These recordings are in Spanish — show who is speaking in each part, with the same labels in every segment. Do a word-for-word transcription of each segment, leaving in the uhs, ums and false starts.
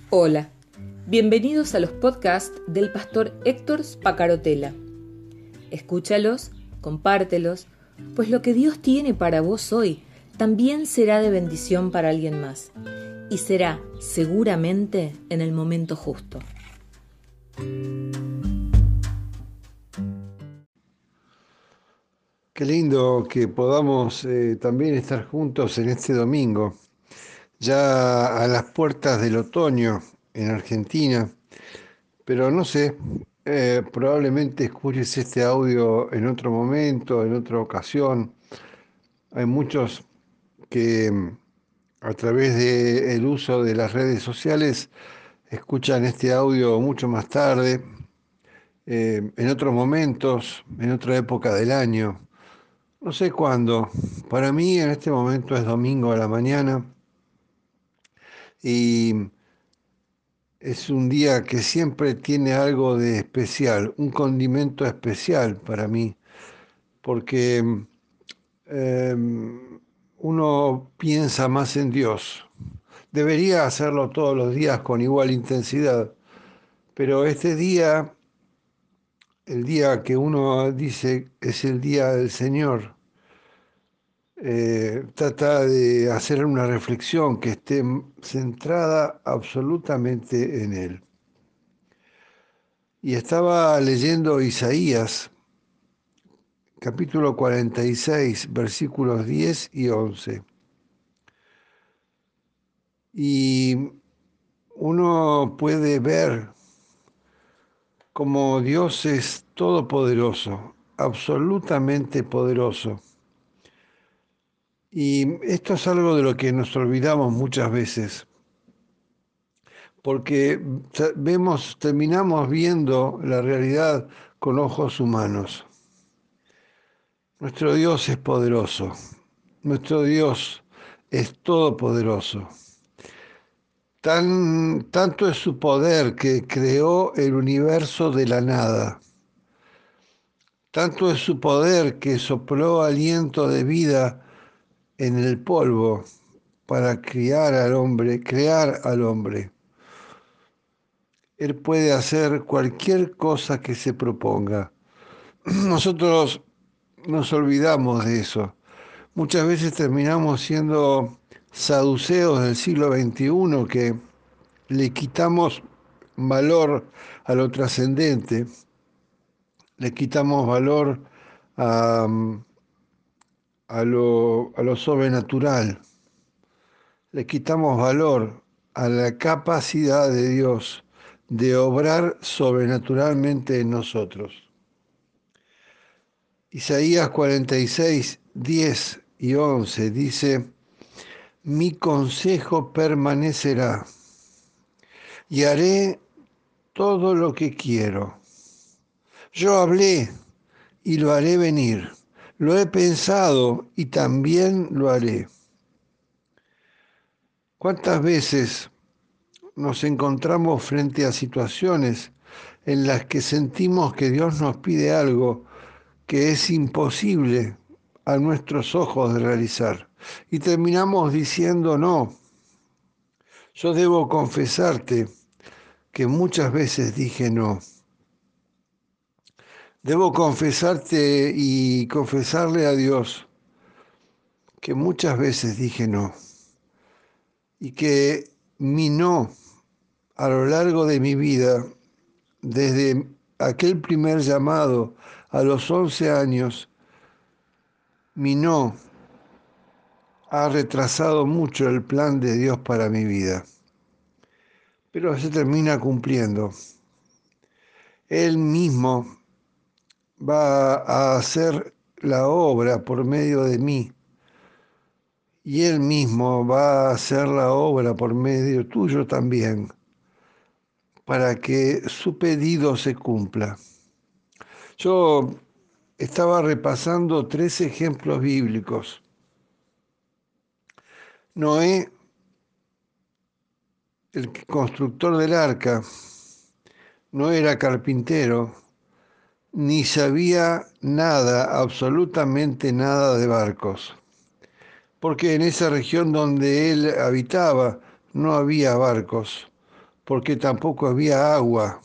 Speaker 1: Hola, bienvenidos a los podcasts del pastor Héctor Spacarotela. Escúchalos, compártelos, pues lo que Dios tiene para vos hoy también será de bendición para alguien más, y será seguramente en el momento justo.
Speaker 2: Qué lindo que podamos eh, también estar juntos en este domingo, ya a las puertas del otoño en Argentina, pero no sé, eh, probablemente escuches este audio en otro momento, en otra ocasión. Hay muchos que mm, a través del uso de las redes sociales escuchan este audio mucho más tarde, eh, en otros momentos, en otra época del año. No sé cuándo. Para mí en este momento es domingo a la mañana y es un día que siempre tiene algo de especial, un condimento especial para mí, porque eh, uno piensa más en Dios. Debería hacerlo todos los días con igual intensidad, pero este día, el día que uno dice es el día del Señor, Eh, trata de hacer una reflexión que esté centrada absolutamente en Él. Y estaba leyendo Isaías, capítulo cuarenta y seis, versículos diez y once. Y uno puede ver cómo Dios es todopoderoso, absolutamente poderoso. Y esto es algo de lo que nos olvidamos muchas veces, porque vemos, terminamos viendo la realidad con ojos humanos. Nuestro Dios es poderoso, nuestro Dios es todopoderoso. Tan, tanto es su poder que creó el universo de la nada. Tanto es su poder que sopló aliento de vida en el polvo para criar al hombre, crear al hombre. Él puede hacer cualquier cosa que se proponga. Nosotros nos olvidamos de eso. Muchas veces terminamos siendo saduceos del siglo veintiuno que le quitamos valor a lo trascendente, le quitamos valor a, a, lo, a lo sobrenatural, le quitamos valor a la capacidad de Dios de obrar sobrenaturalmente en nosotros. Isaías cuarenta y seis, diez y once dice: mi consejo permanecerá y haré todo lo que quiero. Yo hablé y lo haré venir. Lo he pensado y también lo haré. ¿Cuántas veces nos encontramos frente a situaciones en las que sentimos que Dios nos pide algo que es imposible a nuestros ojos de realizar? Y terminamos diciendo no. Yo debo confesarte que muchas veces dije no. Debo confesarte y confesarle a Dios que muchas veces dije no. Y que mi no a lo largo de mi vida, desde aquel primer llamado a los once años, mi no ha retrasado mucho el plan de Dios para mi vida. Pero se termina cumpliendo. Él mismo va a hacer la obra por medio de mí. Y Él mismo va a hacer la obra por medio tuyo también, para que su pedido se cumpla. Yo estaba repasando tres ejemplos bíblicos. Noé, el constructor del arca, no era carpintero, ni sabía nada, absolutamente nada de barcos, porque en esa región donde él habitaba no había barcos, porque tampoco había agua.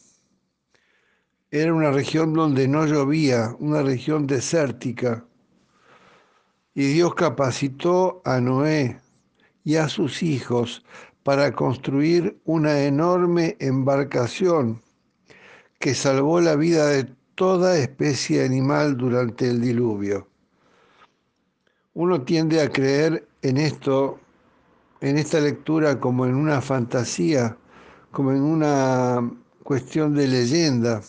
Speaker 2: Era una región donde no llovía, una región desértica. Y Dios capacitó a Noé y a sus hijos para construir una enorme embarcación que salvó la vida de toda especie animal durante el diluvio. Uno tiende a creer en esto, en esta lectura, como en una fantasía, como en una cuestión de leyenda,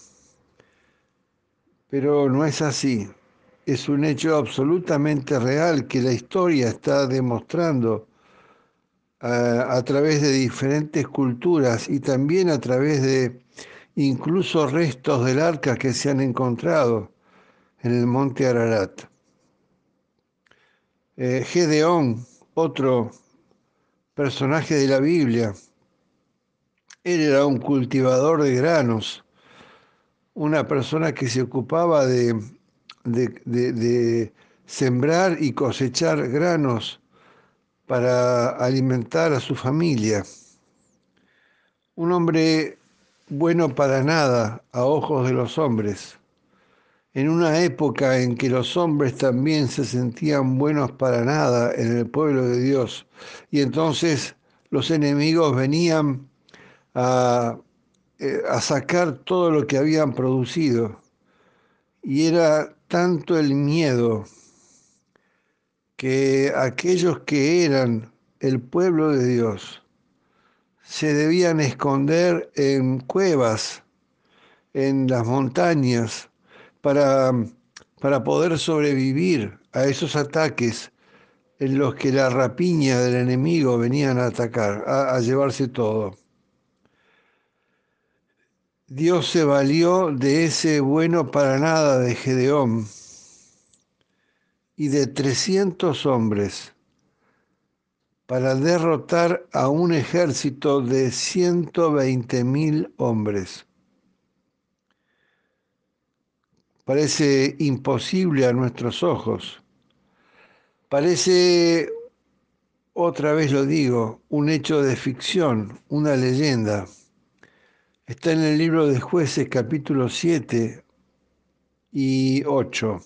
Speaker 2: pero no es así. Es un hecho absolutamente real que la historia está demostrando a, a través de diferentes culturas y también a través de incluso restos del arca que se han encontrado en el monte Ararat. Eh, Gedeón, otro personaje de la Biblia, él era un cultivador de granos, una persona que se ocupaba de, de, de, de sembrar y cosechar granos para alimentar a su familia. Un hombre bueno para nada a ojos de los hombres, en una época en que los hombres también se sentían buenos para nada en el pueblo de Dios, y entonces los enemigos venían a, eh, a sacar todo lo que habían producido, y era tanto el miedo que aquellos que eran el pueblo de Dios se debían esconder en cuevas, en las montañas, para, para poder sobrevivir a esos ataques en los que la rapiña del enemigo venían a atacar, a, a llevarse todo. Dios se valió de ese bueno para nada de Gedeón y de trescientos hombres para derrotar a un ejército de ciento veinte mil hombres. Parece imposible a nuestros ojos. Parece, otra vez lo digo, un hecho de ficción, una leyenda. Está en el libro de Jueces capítulo siete y ocho.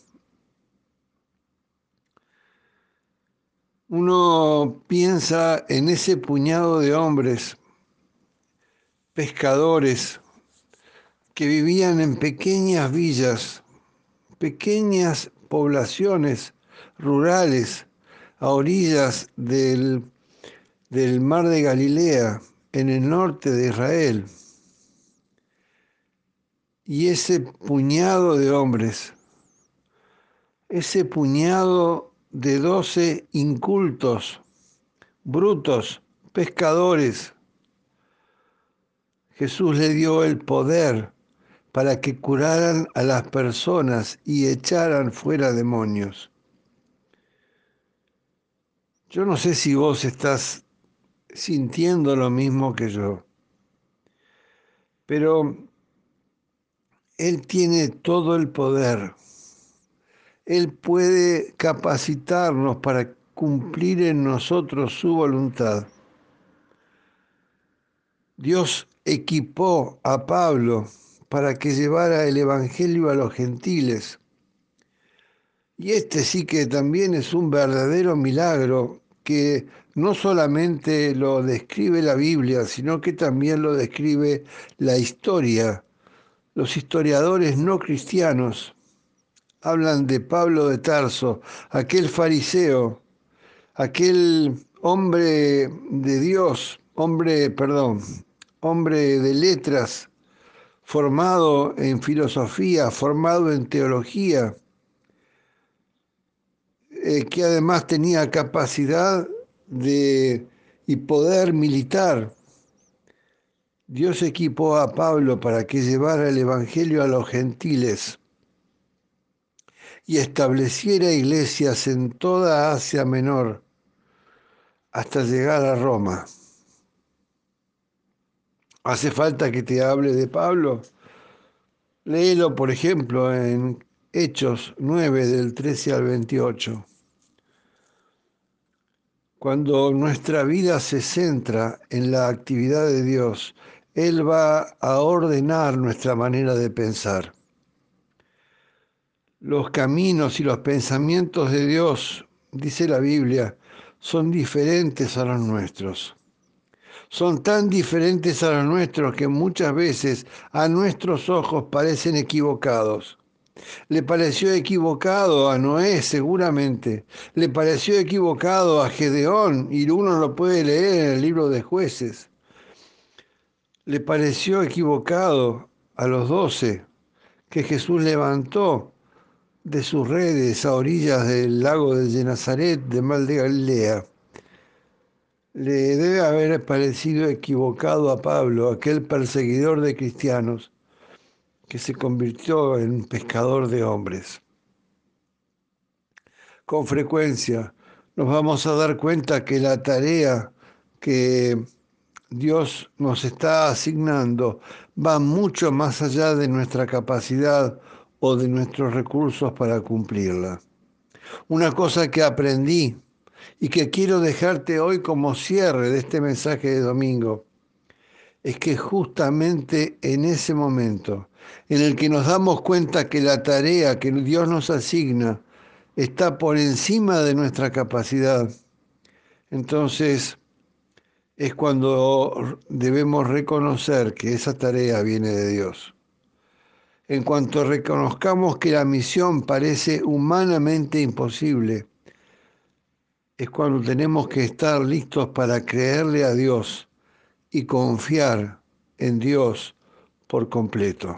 Speaker 2: Uno piensa en ese puñado de hombres, pescadores, que vivían en pequeñas villas, pequeñas poblaciones rurales a orillas del, del mar de Galilea, en el norte de Israel. Y ese puñado de hombres, ese puñado de doce incultos, brutos, pescadores, Jesús le dio el poder para que curaran a las personas y echaran fuera demonios. Yo no sé si vos estás sintiendo lo mismo que yo, pero Él tiene todo el poder. Él puede capacitarnos para cumplir en nosotros su voluntad. Dios equipó a Pablo para que llevara el Evangelio a los gentiles. Y este sí que también es un verdadero milagro que no solamente lo describe la Biblia, sino que también lo describe la historia. Los historiadores no cristianos hablan de Pablo de Tarso, aquel fariseo, aquel hombre de Dios, hombre, perdón, hombre de letras, formado en filosofía, formado en teología, eh, que además tenía capacidad de, y poder militar. Dios equipó a Pablo para que llevara el Evangelio a los gentiles y estableciera iglesias en toda Asia Menor hasta llegar a Roma. ¿Hace falta que te hable de Pablo? Léelo, por ejemplo, en Hechos nueve, del trece al veintiocho. Cuando nuestra vida se centra en la actividad de Dios, Él va a ordenar nuestra manera de pensar. Los caminos y los pensamientos de Dios, dice la Biblia, son diferentes a los nuestros. Son tan diferentes a los nuestros que muchas veces a nuestros ojos parecen equivocados. Le pareció equivocado a Noé, seguramente. Le pareció equivocado a Gedeón, y uno lo puede leer en el libro de Jueces. Le pareció equivocado a los doce que Jesús levantó de sus redes a orillas del lago de Genezaret, de Mar de Galilea. Le debe haber parecido equivocado a Pablo, aquel perseguidor de cristianos, que se convirtió en pescador de hombres. Con frecuencia nos vamos a dar cuenta que la tarea que Dios nos está asignando va mucho más allá de nuestra capacidad o de nuestros recursos para cumplirla. Una cosa que aprendí y que quiero dejarte hoy como cierre de este mensaje de domingo es que justamente en ese momento en el que nos damos cuenta que la tarea que Dios nos asigna está por encima de nuestra capacidad, entonces es cuando debemos reconocer que esa tarea viene de Dios. En cuanto reconozcamos que la misión parece humanamente imposible, es cuando tenemos que estar listos para creerle a Dios y confiar en Dios por completo.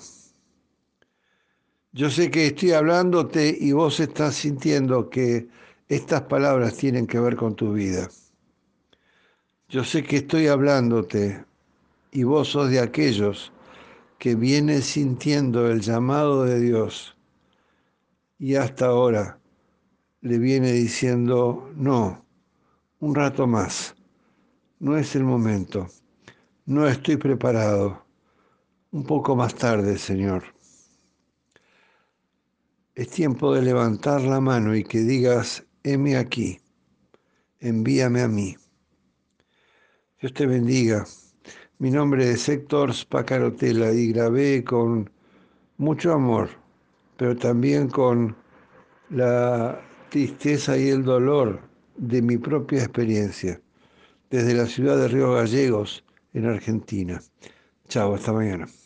Speaker 2: Yo sé que estoy hablándote y vos estás sintiendo que estas palabras tienen que ver con tu vida. Yo sé que estoy hablándote y vos sos de aquellos que vienes sintiendo el llamado de Dios y hasta ahora le viene diciendo, no, un rato más, no es el momento, no estoy preparado, un poco más tarde, Señor. Es tiempo de levantar la mano y que digas, heme aquí, envíame a mí. Dios te bendiga. Mi nombre es Héctor Spacarotela y grabé con mucho amor, pero también con la tristeza y el dolor de mi propia experiencia, desde la ciudad de Río Gallegos, en Argentina. Chao, hasta mañana.